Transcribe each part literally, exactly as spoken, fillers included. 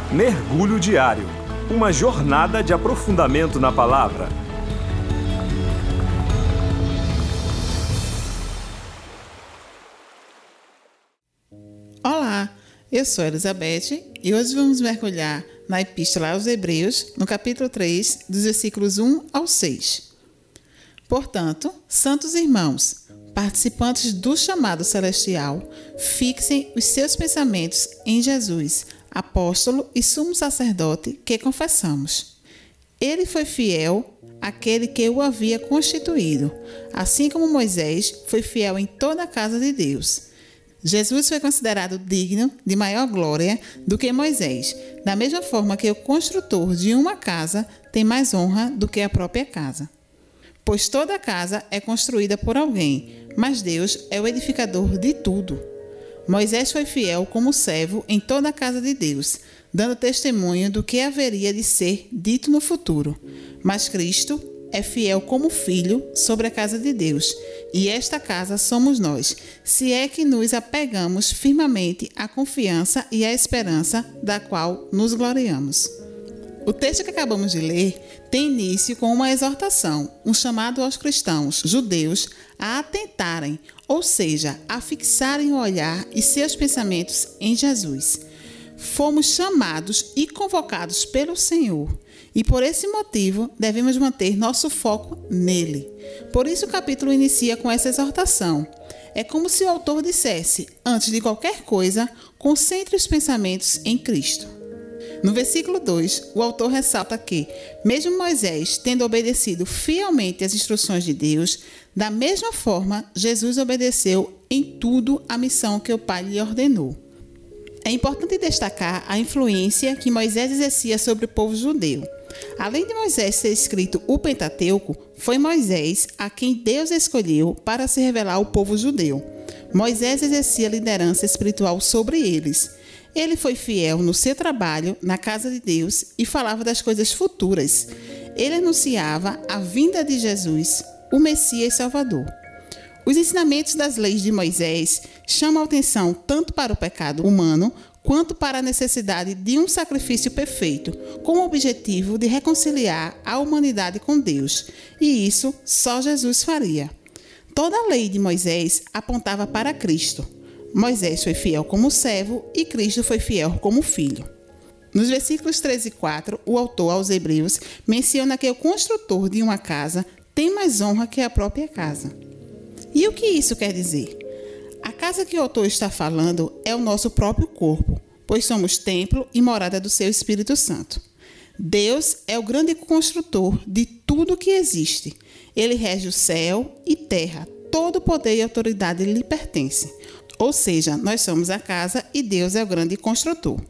Mergulho Diário, uma jornada de aprofundamento na palavra. Olá, eu sou Elizabeth e hoje vamos mergulhar na Epístola aos Hebreus, no capítulo três, dos versículos um ao seis. Portanto, santos irmãos, participantes do chamado celestial, fixem os seus pensamentos em Jesus, apóstolo e sumo sacerdote que confessamos. Ele foi fiel àquele que o havia constituído, assim como Moisés foi fiel em toda a casa de Deus. Jesus foi considerado digno de maior glória do que Moisés, da mesma forma que o construtor de uma casa tem mais honra do que a própria casa. Pois toda casa é construída por alguém, mas Deus é o edificador de tudo. Moisés foi fiel como servo em toda a casa de Deus, dando testemunho do que haveria de ser dito no futuro. Mas Cristo é fiel como filho sobre a casa de Deus, e esta casa somos nós, se é que nos apegamos firmemente à confiança e à esperança da qual nos gloriamos. O texto que acabamos de ler tem início com uma exortação, um chamado aos cristãos judeus a atentarem, ou seja, a fixarem o olhar e seus pensamentos em Jesus. Fomos chamados e convocados pelo Senhor, e por esse motivo devemos manter nosso foco nele. Por isso o capítulo inicia com essa exortação. É como se o autor dissesse, antes de qualquer coisa, concentre os pensamentos em Cristo. No versículo dois, o autor ressalta que, mesmo Moisés tendo obedecido fielmente às instruções de Deus, da mesma forma, Jesus obedeceu em tudo a missão que o Pai lhe ordenou. É importante destacar a influência que Moisés exercia sobre o povo judeu. Além de Moisés ter escrito o Pentateuco, foi Moisés a quem Deus escolheu para se revelar ao povo judeu. Moisés exercia liderança espiritual sobre eles. Ele foi fiel no seu trabalho na casa de Deus e falava das coisas futuras. Ele anunciava a vinda de Jesus, o Messias Salvador. Os ensinamentos das leis de Moisés chamam a atenção tanto para o pecado humano quanto para a necessidade de um sacrifício perfeito, com o objetivo de reconciliar a humanidade com Deus. E isso só Jesus faria. Toda a lei de Moisés apontava para Cristo. Moisés foi fiel como servo e Cristo foi fiel como filho. Nos versículos três e quatro, o autor aos Hebreus menciona que o construtor de uma casa tem mais honra que a própria casa. E o que isso quer dizer? A casa que o autor está falando é o nosso próprio corpo, pois somos templo e morada do seu Espírito Santo. Deus é o grande construtor de tudo que existe. Ele rege o céu e terra, todo poder e autoridade lhe pertence. Ou seja, nós somos a casa e Deus é o grande construtor.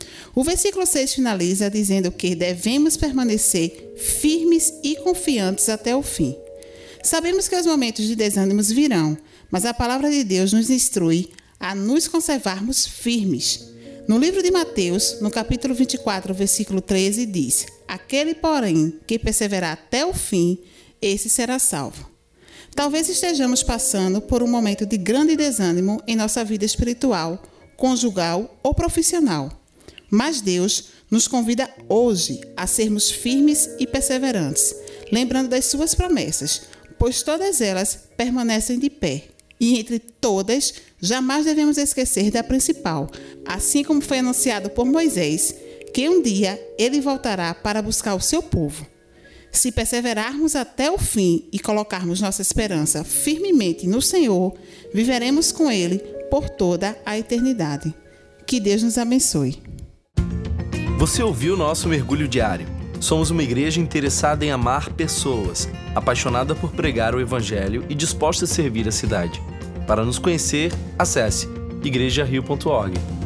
O versículo seis finaliza dizendo que devemos permanecer firmes e confiantes até o fim. Sabemos que os momentos de desânimos virão, mas a palavra de Deus nos instrui a nos conservarmos firmes. No livro de Mateus, no capítulo vinte e quatro, versículo treze, diz: aquele, porém, que perseverar até o fim, esse será salvo. Talvez estejamos passando por um momento de grande desânimo em nossa vida espiritual, conjugal ou profissional. Mas Deus nos convida hoje a sermos firmes e perseverantes, lembrando das suas promessas, pois todas elas permanecem de pé. E entre todas, jamais devemos esquecer da principal, assim como foi anunciado por Moisés, que um dia ele voltará para buscar o seu povo. Se perseverarmos até o fim e colocarmos nossa esperança firmemente no Senhor, viveremos com Ele por toda a eternidade. Que Deus nos abençoe. Você ouviu nosso Mergulho Diário. Somos uma igreja interessada em amar pessoas, apaixonada por pregar o Evangelho e disposta a servir a cidade. Para nos conhecer, acesse igreja rio ponto org.